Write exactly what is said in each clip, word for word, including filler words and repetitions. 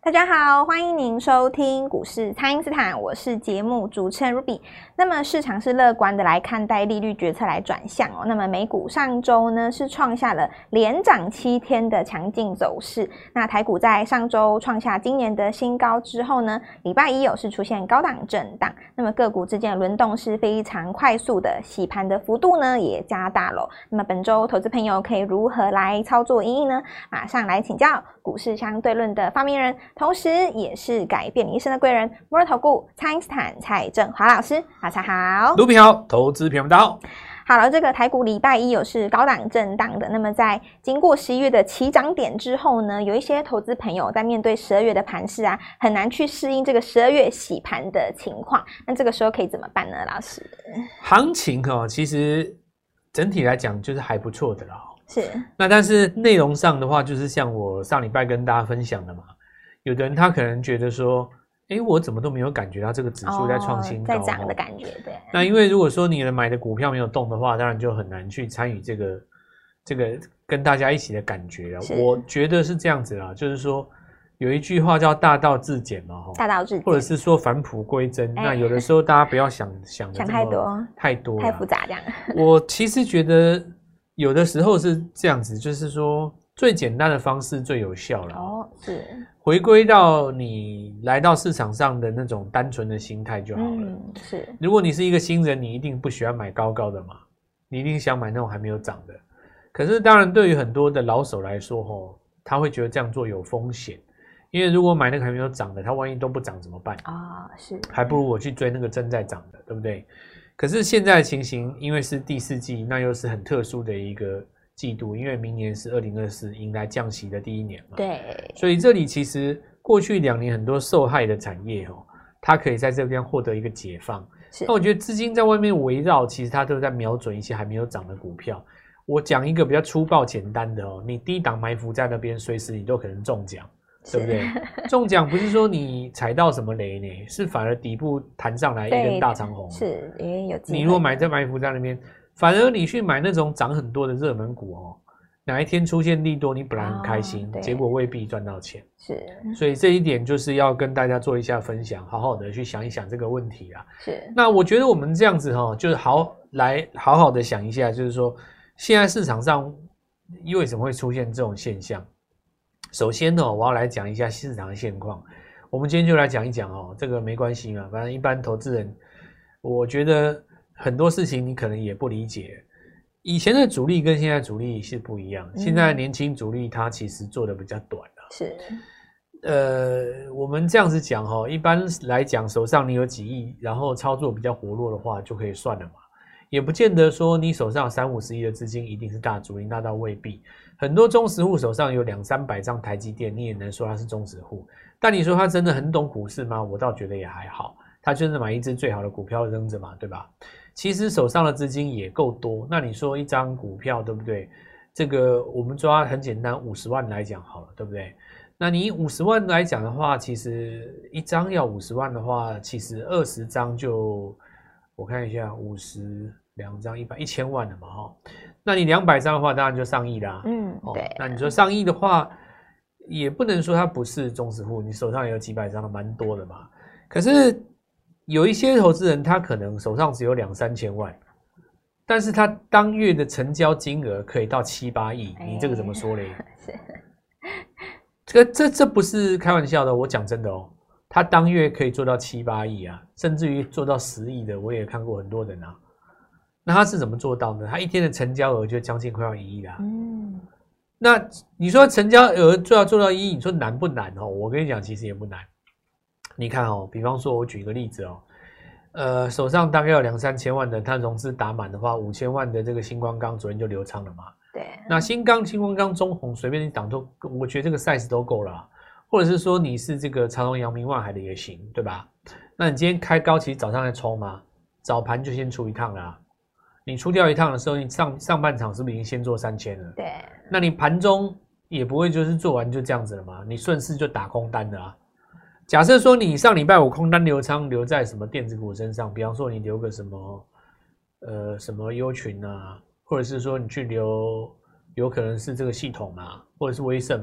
大家好，欢迎您收听股市蔡因斯坦，我是节目主持人 Ruby。那么市场是乐观的来看待利率决策来转向哦。那么美股上周呢是创下了连涨七天的强劲走势。那台股在上周创下今年的新高之后呢，礼拜一有是出现高档震荡。那么个股之间的轮动是非常快速的，洗盘的幅度呢也加大了。那么本周投资朋友可以如何来操作因应呢？马上来请教股市相对论的发明人，同时也是改变你一生的贵人——摩尔投顾蔡因斯坦蔡正华老师，大家好。 卢平好，投资朋友们大家好。 好了，这个台股礼拜一有是高档震荡的。那么在经过十一月的起涨点之后呢，有一些投资朋友在面对十二月的盘势啊，很难去适应这个十二月洗盘的情况。那这个时候可以怎么办呢？老师， 行情哦，其实整体来讲就是还不错的啦。 是。那但是内容上的话，就是像我上礼拜跟大家分享的嘛，有的人他可能觉得说，哎，我怎么都没有感觉到这个指数在创新高， 在涨的感觉，对。 那因为如果说你的买的股票没有动的话，当然就很难去参与这个这个跟大家一起的感觉了。我觉得是这样子啦，就是说有一句话叫大道至简嘛， 大道至简， 或者是说返璞归真。欸、那有的时候大家不要想想的想太多太多太复杂这样。 我其实觉得有的时候是这样子，就是说最简单的方式最有效了。 哦，是回归到你来到市场上的那种单纯的心态就好了。 嗯，是。 如果你是一个新人，你一定不喜欢买高高的嘛，你一定想买那种还没有涨的。可是当然，对于很多的老手来说，吼，他会觉得这样做有风险，因为如果买那个还没有涨的，他万一都不涨怎么办啊？是， 还不如我去追那个正在涨的，对不对？可是现在的情形，因为是第四季，那又是很特殊的一个季度，因为明年是二零二四，迎来降息的第一年嘛。 对， 所以这里其实过去两年很多受害的产业哦，它可以在这边获得一个解放。那我觉得资金在外面围绕，其实它都在瞄准一些还没有涨的股票。我讲一个比较粗暴简单的哦，你低档埋伏在那边，随时你都可能中奖。对不对？中奖不是说你踩到什么雷呢，是反而底部弹上来一根大长红。 是，因为有机会。 你如果买在埋伏在那边，反而你去买那种涨很多的热门股哦，哪一天出现利多，你本来很开心，哦、结果未必赚到钱。 是， 所以这一点就是要跟大家做一下分享，好好的去想一想这个问题啦。 是。 那我觉得我们这样子哈、哦，就是好来好好的想一下，就是说现在市场上为什么会出现这种现象？首先呢、哦，我要来讲一下市场的现况。我们今天就来讲一讲哦，这个没关系嘛，反正一般投资人，我觉得很多事情你可能也不理解。以前的主力跟现在主力是不一样，嗯、现在年轻主力他其实做的比较短了。 是， 呃，我们这样子讲哈、哦，一般来讲，手上你有几亿，然后操作比较活络的话，就可以算了嘛。也不见得说你手上三五十亿的资金一定是大主力，那倒未必。很多中实户手上有两三百张台积电，你也能说他是中实户。但你说他真的很懂股市吗？我倒觉得也还好，他就是买一只最好的股票扔着嘛，对吧？其实手上的资金也够多，那你说一张股票，对不对？这个我们抓很简单，五十万来讲好了，对不对？那你五十万来讲的话，其实一张要五十万的话，其实二十张就我看一下，五十。两张一百一千万了嘛哈，那你两百张的话，当然就上亿啦。 嗯，对、哦。 那你说上亿的话，也不能说它不是中实户，你手上也有几百张的，蛮多的嘛。可是有一些投资人，他可能手上只有两三千万，但是他当月的成交金额可以到七八亿，你这个怎么说嘞？是，这个这这不是开玩笑的，我讲真的哦，他当月可以做到七八亿啊，甚至于做到十亿的，我也看过很多人啊。那他是怎么做到的？他一天的成交额就将近快要一亿啦。嗯，那你说成交额就要做到一亿，你说难不难哦？我跟你讲，其实也不难。你看哦，比方说，我举一个例子哦，呃，手上大概有两三千万的，他融资打满的话，五千万的这个星光钢昨天就流仓了嘛。 对。 那新钢、星光钢、中红，随便你挡都，我觉得这个 size 都够了。或者是说你是这个长荣、阳明、万海的也行，对吧？那你今天开高，其实早上在冲嘛，早盘就先出一趟啦。你出掉一趟的时候，你上上半场是不是已经先做三千了？ 对。 那你盘中也不会就是做完就这样子了嘛？你顺势就打空单的啊。假设说你上礼拜五空单留仓留在什么电子股身上，比方说你留个什么呃什么优群啊，或者是说你去留有可能是这个系统嘛，或者是威盛嘛，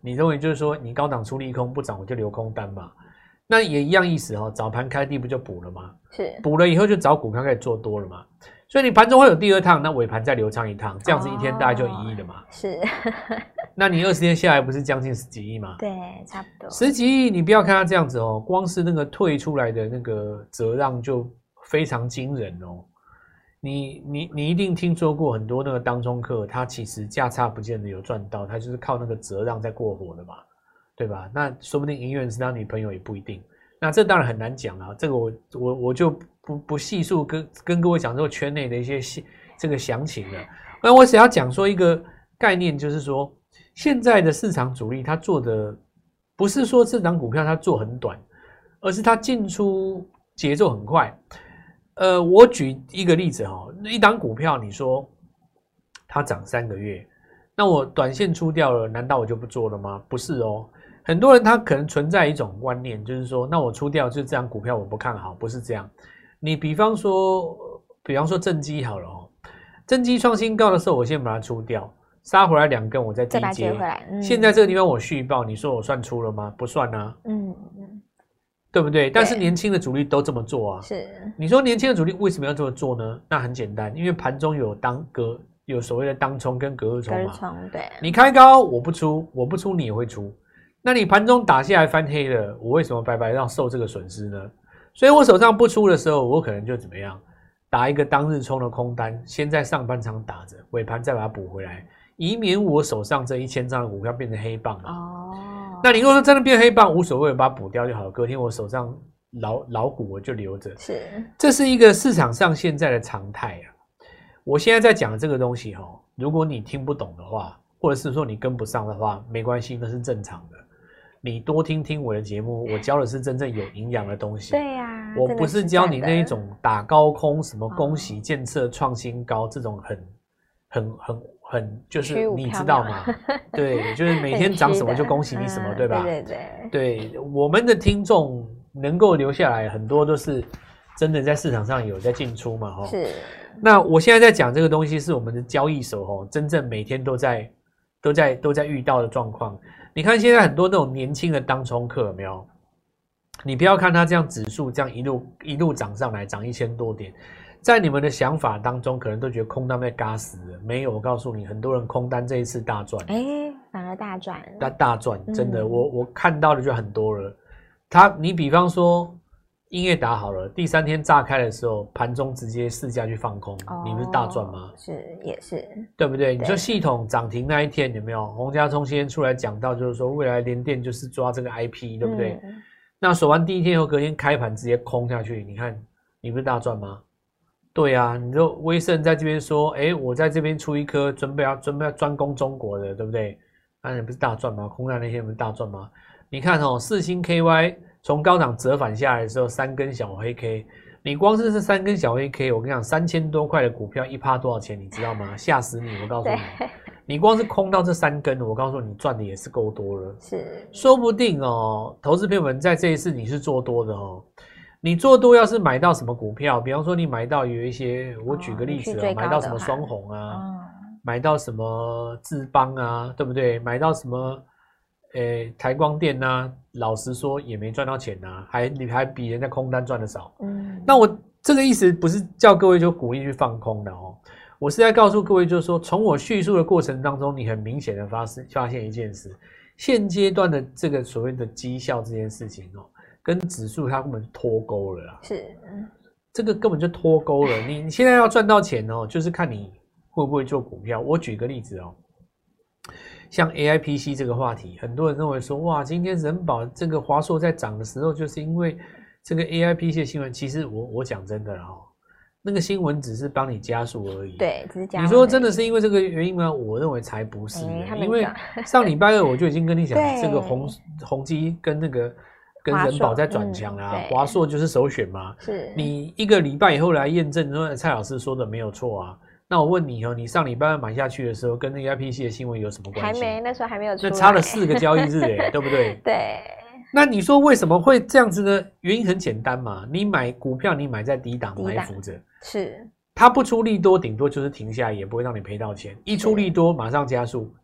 你认为就是说你高档出利空不涨我就留空单嘛，那也一样意思哦，早盘开低不就补了吗？ 是补了以后就找股票开始做多了嘛，所以你盘中会有第二趟，那尾盘再留长一趟，这样子一天大概就一亿了嘛。 哦、是， 那你二十天下来不是将近十几亿吗？ 对，差不多十几亿，你不要看它这样子哦，光是那个退出来的那个折让就非常惊人哦。你你你一定听说过很多那个当冲客，他其实价差不见得有赚到，他就是靠那个折让在过活的嘛，对吧？那说不定永远是他女朋友也不一定。那这当然很难讲啊，这个我我我就不不细数跟跟各位讲这个圈内的一些这个详情了。那我只要讲说一个概念，就是说现在的市场主力他做的不是说这档股票他做很短，而是他进出节奏很快。呃，我举一个例子哈，一档股票你说它涨三个月，那我短线出掉了，难道我就不做了吗？不是哦。很多人他可能存在一种观念，就是说，那我出掉就是这张股票我不看好，不是这样。你比方说，比方说正基好了哦，正基创新高的时候，我先把它出掉，杀回来两根，我再低接回来、嗯。现在这个地方我续报，你说我算出了吗？不算啊，嗯嗯，对不对？但是年轻的主力都这么做啊。是，你说年轻的主力为什么要这么做呢？那很简单，因为盘中有当隔有所谓的当冲跟隔日冲嘛。隔日冲，对。你开高我不出，我不出你也会出。那你盘中打下来翻黑了，我为什么白白让受这个损失呢？所以我手上不出的时候，我可能就怎么样，打一个当日冲的空单，先在上半场打着，尾盘再把它补回来，以免我手上这一千张的股票变成黑棒嘛。哦。那你如果说真的变黑棒，无所谓，把它补掉就好了。隔天我手上老老股我就留着。是。这是一个市场上现在的常态啊。我现在在讲的这个东西齁，如果你听不懂的话，或者是说你跟不上的话，没关系，那是正常的。你多听听我的节目，我教的是真正有营养的东西。对呀、啊，我不是教你那一种打高空什么恭喜建设创新高、哦、这种很很很很就是你知道吗？对，就是每天涨什么就恭喜你什么，对吧？对对对，对我们的听众能够留下来，很多都是真的在市场上有在进出嘛，哈。是。那我现在在讲这个东西，是我们的交易手哈，真正每天都在都在都在遇到的状况。你看现在很多那种年轻的当冲客有没有？你不要看它这样指数这样一路一路涨上来，涨一千多点，在你们的想法当中，可能都觉得空单被嘎死了。没有，我告诉你，很多人空单这一次大赚，哎、欸， 反而大赚， 大大赚，真的，嗯、我我看到的就很多了。他，你比方说音乐打好了，第三天炸开的时候，盘中直接市价去放空，哦、你不是大赚吗？ 是，也是， 对不对？你说系统涨停那一天有没有？洪家聪先出来讲到，就是说未来联电就是抓这个 I P， 对不对？嗯、那锁完第一天后，隔天开盘直接空下去，你看你不是大赚吗？对啊，你说威盛在这边说，哎，我在这边出一颗，准备要准备要专攻中国的，对不对？那你不是大赚吗？空单那天不是大赚吗？你看哦，四星 K Y。从高档折返下来的时候，三根小黑 K， 你光是这三根小黑 K， 我跟你讲，三千多块的股票一趴多少钱，你知道吗？吓死你！我告诉你，你光是空到这三根，我告诉你赚的也是够多了。是，说不定哦，投资朋友们在这一次你是做多的哦，你做多要是买到什么股票，比方说你买到有一些，我举个例子啊，哦、买到什么双红啊，嗯、买到什么智邦啊，对不对？买到什么？诶，台光电啊，老实说也没赚到钱啊，还你还比人家空单赚的少。嗯，那我这个意思不是叫各位就鼓励去放空的哦，我是在告诉各位，就是说从我叙述的过程当中，你很明显的发现发现一件事，现阶段的这个所谓的绩效这件事情哦，跟指数它根本脱钩了啦。是，这个根本就脱钩了。你你现在要赚到钱哦，就是看你会不会做股票。我举个例子哦。像 A I P C 这个话题，很多人认为说，哇，今天人保这个华硕在涨的时候，就是因为这个 A I P C 的新闻。其实我我讲真的啦，那个新闻只是帮你加速而已。对，只是加速。你说真的是因为这个原因吗？我认为才不是、欸，因为上礼拜二我就已经跟你讲，这个宏宏基跟那个跟人保在转强啦，华硕、嗯、就是首选嘛。是，你一个礼拜以后来验证，说蔡老师说的没有错啊。那我问你哦，你上礼拜买下去的时候，跟那个 A I P C 的新闻有什么关系？ 还没，那时候还没有出来， 那差了四个交易日耶，对不对？ 对。 那你说为什么会这样子呢？原因很简单嘛，你买股票，你买在低档埋伏着，是。它不出利多，顶多就是停下来，也不会让你赔到钱。一出利多，马上加速。对。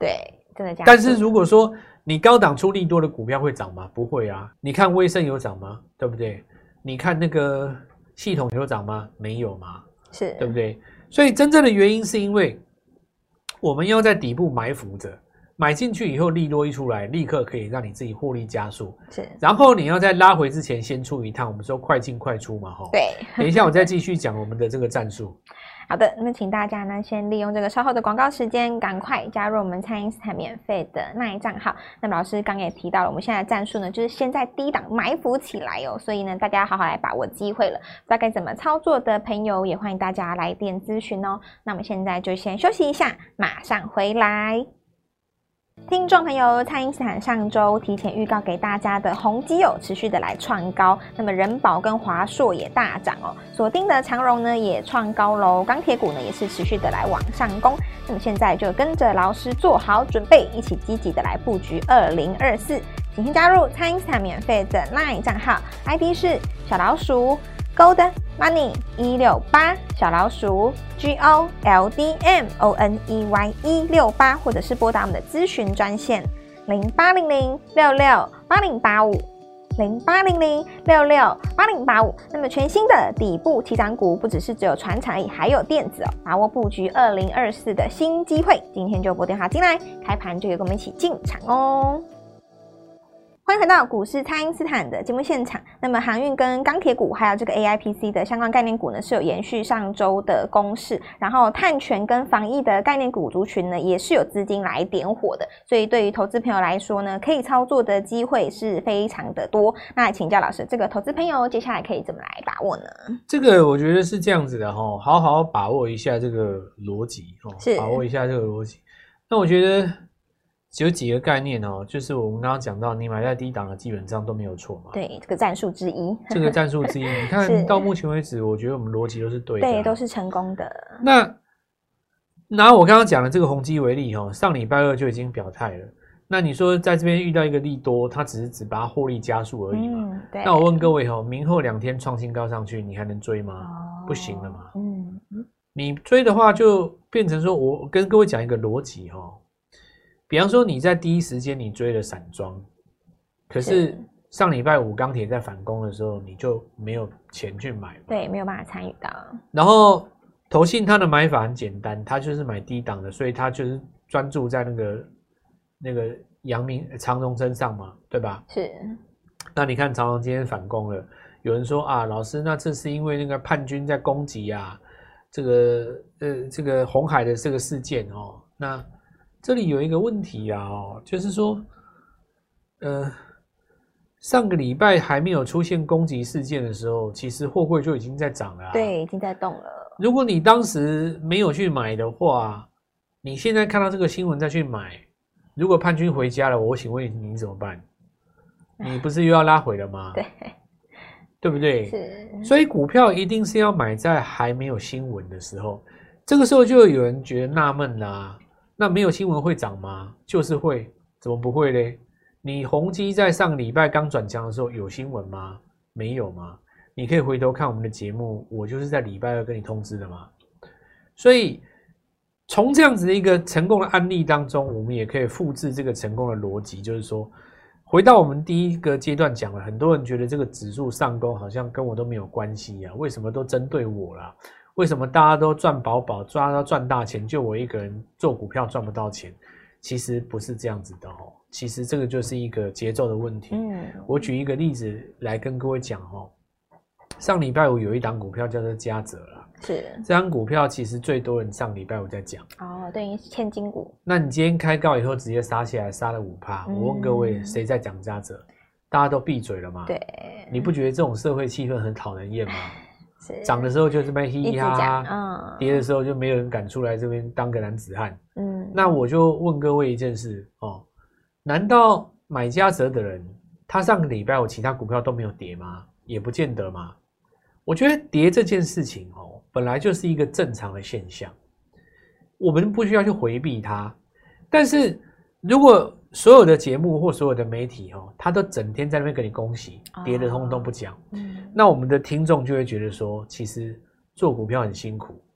真的加速。 但是如果说你高档出利多的股票会涨吗？不会啊。你看威盛有涨吗？对不对？你看那个系统有涨吗？没有嘛， 是， 对不对？所以真正的原因是因为我们要在底部埋伏着，买进去以后利多一出来，立刻可以让你自己获利加速。 是， 然后你要在拉回之前先出一趟，我们说快进快出嘛，哈。 对。 等一下我再继续讲我们的这个战术。 好的，那么请大家呢，先利用这个稍后的广告时间，赶快加入我们蔡因斯坦免费的那一账号。那么老师刚也提到了，我们现在的战术呢，就是先在低档埋伏起来哦，所以呢，大家好好来把握机会了。大概怎么操作的朋友，也欢迎大家来电咨询哦。那我们现在就先休息一下，马上回来。听众朋友，蔡因斯坦上周提前预告给大家的宏基哦，持续的来创高，那么人保跟华硕也大涨哦，锁定的长荣呢也创高喽，钢铁股呢也是持续的来往上攻，那么现在就跟着老师做好准备，一起积极的来布局二零二四，请先加入蔡因斯坦免费的 LINE 账号 ，I D 是小老鼠 Gold Money 一六八小老鼠 G O L D M O N E Y 一六八，或者是拨打我们的咨询专线零八零零六六八零八五零八零零六六八零八五。那么全新的底部起涨股，不只是只有传产而已，还有电子哦，把握布局二零二四的新机会。今天就拨电话进来，开盘就跟我们一起进场哦。欢迎回到股市蔡因斯坦的节目现场。那么航运跟钢铁股还有这个 A I P C 的相关概念股呢，是有延续上周的攻势，然后碳权跟防疫的概念股族群呢，也是有资金来点火的，所以对于投资朋友来说呢，可以操作的机会是非常的多。那请教老师，这个投资朋友接下来可以怎么来把握呢？ 这个我觉得是这样子的哈，好好把握一下这个逻辑哦， 是把握一下这个逻辑。那我觉得有几个概念哦，就是我们刚刚讲到，你买在低档的基本上都没有错嘛。 对，这个战术之一。 这个战术之一，你看到目前为止，我觉得我们逻辑都是对的、啊， 对，都是成功的。 那拿我刚刚讲的这个宏基为例哈，上礼拜二就已经表态了。那你说在这边遇到一个利多，它只是只把它获利加速而已嘛？ 嗯、对。 那我问各位哈，明后两天创新高上去，你还能追吗？ 哦、 不行了嘛。 嗯， 你追的话，就变成说我跟各位讲一个逻辑哈。比方说你在第一时间你追了散装，可是上礼拜五钢铁在反攻的时候，你就没有钱去买， 对，没有办法参与到。 然后投信它的买法很简单，它就是买低档的，所以它就是专注在那个那个阳明长荣身上嘛，对吧？ 是。 那你看长荣今天反攻了，有人说啊，老师，那这是因为那个叛军在攻击啊，这个呃这个红海的这个事件哦，那。这里有一个问题啊，哦，就是说，呃，上个礼拜还没有出现攻击事件的时候，其实货柜就已经在涨了、啊， 对，已经在动了。 如果你当时没有去买的话，你现在看到这个新闻再去买，如果叛军回家了，我请问你怎么办？你不是又要拉回了吗？ 对， 对不对？ 是。 所以股票一定是要买在还没有新闻的时候，这个时候就有人觉得纳闷啦。那没有新闻会涨吗？就是会，怎么不会嘞？你宏基在上个礼拜刚转强的时候有新闻吗？没有吗？你可以回头看我们的节目，我就是在礼拜二跟你通知的嘛。所以从这样子的一个成功的案例当中，我们也可以复制这个成功的逻辑，就是说，回到我们第一个阶段讲了，很多人觉得这个指数上攻好像跟我都没有关系啊，为什么都针对我啦？为什么大家都赚饱饱，大家都赚大钱，就我一个人做股票赚不到钱？其实不是这样子的哦。其实这个就是一个节奏的问题。嗯，我举一个例子来跟各位讲哦。上礼拜五有一档股票叫做嘉泽啦， 是这档股票其实最多人上礼拜五在讲哦，对，千金股。 那你今天开高以后直接杀下来，杀了 百分之五、嗯、我問各位，谁在講嘉澤？大家都閉嘴了嘛？ 對， 你不覺得這種社會氣氛很討人厭嗎？漲的時候就這邊嘻嘻哈哈，嗯，跌的時候就沒有人敢出來這邊當個男子漢。嗯，那我就問各位一件事哦，難道買嘉澤的人，他上個禮拜五其他股票都沒有跌嗎？也不見得嘛。我覺得跌這件事情哦，本來就是一個正常的現象，我們不需要去回避它。但是如果所有的節目或所有的媒體哦，他都整天在那邊跟你恭喜，跌的通通都不講，哦嗯，那我們的聽眾就會覺得說，其實做股票很辛苦，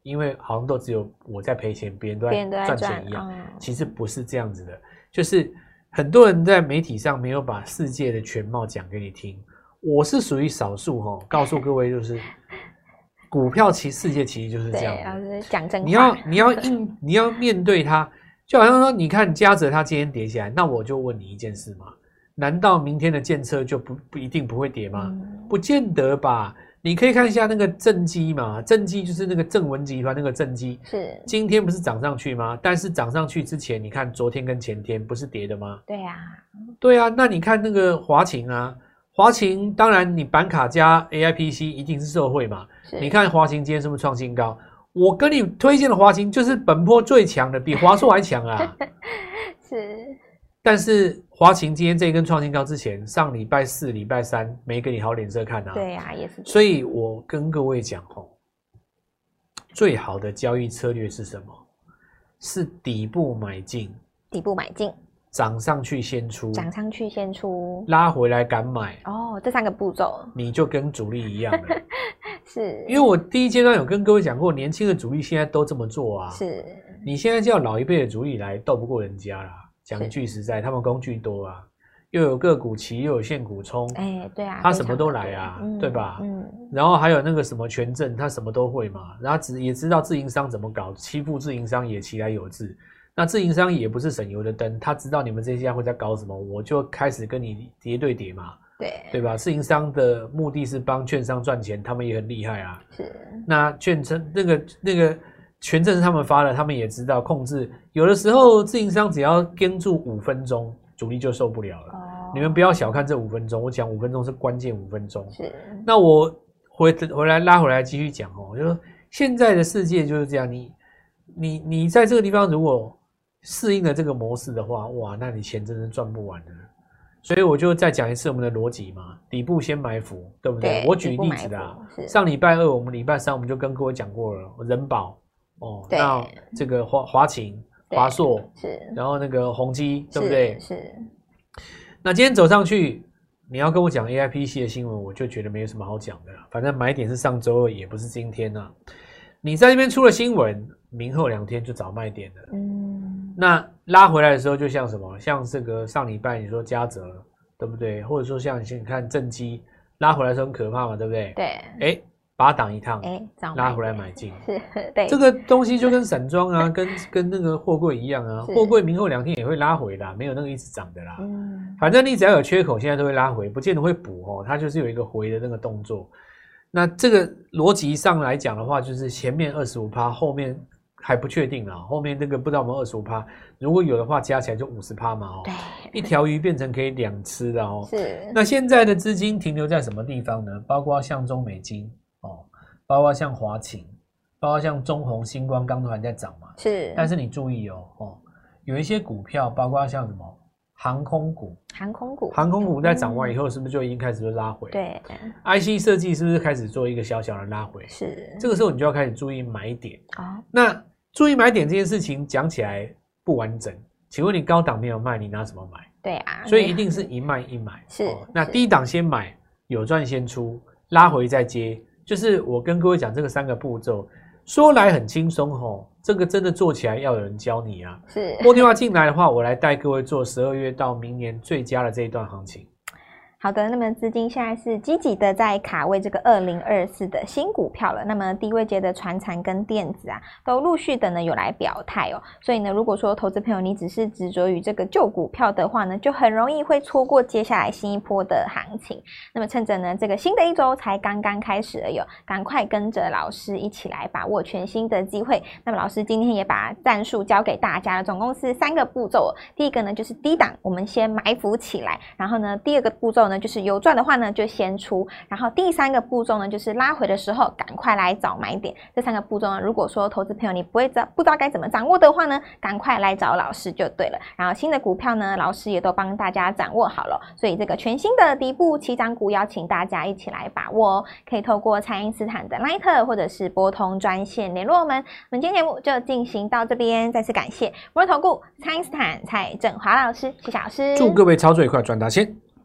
因为好像都只有我在赔钱，别人都在赚钱一样。嗯、其实不是这样子的，就是很多人在媒体上没有把世界的全貌讲给你听。我是属于少数哈，告诉各位就是。股票其世界其实就是这样的， 讲真话， 你要你要应你要面对它，就好像说，你看嘉泽它今天跌下来，那我就问你一件事嘛，难道明天的建测就不不一定不会跌吗？嗯、不见得吧。你可以看一下那个正基嘛，正基就是那个正文集团那个正基， 是今天不是涨上去吗？但是涨上去之前，你看昨天跟前天不是跌的吗？ 对啊， 对啊，那你看那个华勤啊。华勤当然，你板卡加 A I P C 一定是受惠嘛。你看华勤今天是不是创新高？我跟你推荐的华勤就是本波最强的，比华硕还强啊。 是。 但是华勤今天这一根创新高之前，上礼拜四、礼拜三没给你好脸色看啊。 对啊，也是。 所以我跟各位讲吼，最好的交易策略是什么？是底部买进。 底部买进。 涨上去先出， 涨上去先出， 拉回来敢买哦，这三个步骤你就跟主力一样了。 是， 因为我第一阶段有跟各位讲过，年轻的主力现在都这么做啊。 是， 你现在叫老一辈的主力来斗不过人家啦。讲一句实在，他们工具多啊，又有个股期，又有现股冲， 哎、欸，对啊， 他什么都来啊，嗯、对吧？嗯，然后还有那个什么权证，他什么都会嘛，然后只也知道自营商怎么搞，欺负自营商也其来有自。那自营商也不是省油的灯，他知道你们这些家会在搞什么，我就开始跟你叠对叠嘛， 对对吧？自营商的目的是帮券商赚钱，他们也很厉害啊。 是， 那券证那个那个权证是他们发的，他们也知道控制。有的时候自营商只要跟住五分钟，主力就受不了了。哦，你们不要小看这五分钟，我讲五分钟是关键五分钟。 是， 那我回回来拉回来继续讲哦，就说现在的世界就是这样，你你你在这个地方如果适应了这个模式的话，哇，那你钱真的赚不完的。所以我就再讲一次我们的逻辑嘛，底部先埋伏，对不对？对，我举例子啦，上礼拜二我们礼拜三我们就跟各位讲过了，人保哦，那这个华华勤、华硕是， 然后那个宏基，对不对？ 是。是那今天走上去，你要跟我讲 A I P C 的新闻，我就觉得没有什么好讲的啦。反正买点是上周二，也不是今天啊。你在这边出了新闻，明后两天就找卖点了。嗯，那拉回来的时候，就像什么，像这个上礼拜你说嘉泽，对不对？或者说像你看正基拉回来的时候很可怕嘛，对不对？ 对。 哎，把它挡一趟， 哎， 拉回来买进， 是，对。 这个东西就跟散装啊，跟跟那个货柜一样啊，货柜明后两天也会拉回啦，没有那个一直涨的啦。嗯，反正你只要有缺口，现在都会拉回，不见得会补哦，它就是有一个回的那个动作。那这个逻辑上来讲的话，就是前面 百分之二十五， 后面还不确定啦，后面这个不知道有没有 百分之二十五， 如果有的话加起来就 百分之五十 嘛哦， 对， 一条鱼变成可以两吃的哦。 是。 那现在的资金停留在什么地方呢？包括像中美金哦，包括像华勤，包括像中宏、星光刚都还在涨嘛， 是。但是你注意哦，哦，有一些股票，包括像什么航空股， 航空股， 航空股在涨完以后，是不是就已经开始就拉回？ 对 ，I C 设计是不是开始做一个小小的拉回？ 是， 这个时候你就要开始注意买点。 哦， 那注意买点这件事情讲起来不完整，请问你高档没有卖，你拿什么买？ 对啊， 所以一定是一卖一买。 是， 哦，那低档先买，有赚先出，拉回再接，就是我跟各位讲这个三个步骤。说来很轻松吼，这个真的做起来要有人教你啊。 是， 拨电话进来的话，我来带各位做十二月到明年最佳的这一段行情。 好的，那么资金现在是积极的在卡位这个二零二四的新股票了。那么低位阶的传产跟电子啊，都陆续的呢有来表态哦。所以呢，如果说投资朋友你只是执着于这个旧股票的话呢，就很容易会错过接下来新一波的行情。那么趁着呢这个新的一周才刚刚开始而已，赶快跟着老师一起来把握全新的机会。那么老师今天也把战术教给大家了，总共是三个步骤。第一个呢就是低档，我们先埋伏起来，然后呢第二个步骤呢就是有赚的话呢就先出，然后第三个步骤呢就是拉回的时候赶快来找买点。这三个步骤呢，如果说投资朋友你不会知道不知道该怎么掌握的话呢，赶快来找老师就对了。然后新的股票呢，老师也都帮大家掌握好了，所以这个全新的底部起涨股邀请大家一起来把握哦。可以透过蔡因斯坦的 Line 或者是拨通专线联络我们。我们今天节目就进行到这边，再次感谢摩尔投顾蔡因斯坦蔡正华老师，谢谢老师， 祝各位操作愉快，赚大钱。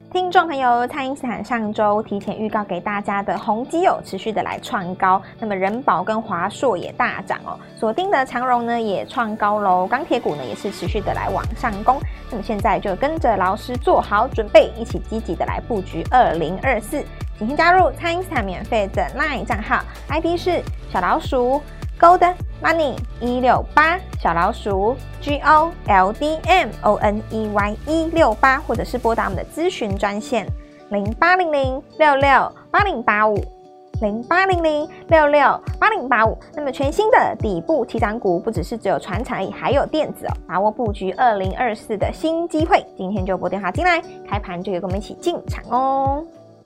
听众朋友，蔡因斯坦上周提前预告给大家的宏基有持续的来创高，那么人保跟华硕也大涨哦，锁定的长荣呢也创高喽，钢铁股呢也是持续的来往上攻，那么现在就跟着老师做好准备，一起积极的来布局二零二四，请先加入蔡因斯坦免费的 LINE 账号 ，I D 是小老鼠 Gold Money 一六八，小老鼠 G O L D M O N E Y 一六八，或者是拨打我们的咨询专线零八零零六六八零八五零八零零六六八零八五。那么全新的底部起涨股，不只是只有传产而已，还有电子哦，把握布局二零二四的新机会。今天就拨电话进来，开盘就跟我们一起进场哦。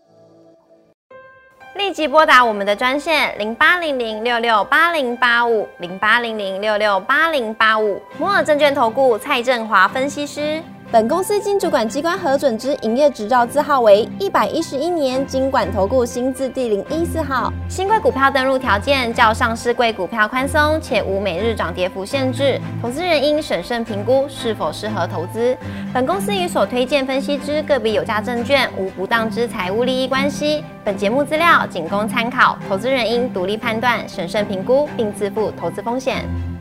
立即拨打我们的专线零八零零六六八零八五零八零零六六八零八五。摩尔证券投顾蔡正华分析师。 本公司经主管机关核准之营业执照字号为一百一十一年金管投顾新字第零一四号。 新贵股票登录条件较上市贵股票宽松，且无每日涨跌幅限制，投资人应审慎评估是否适合投资。本公司与所推荐分析之个别有价证券无不当之财务利益关系。本节目资料仅供参考，投资人应独立判断、审慎评估，并自负投资风险。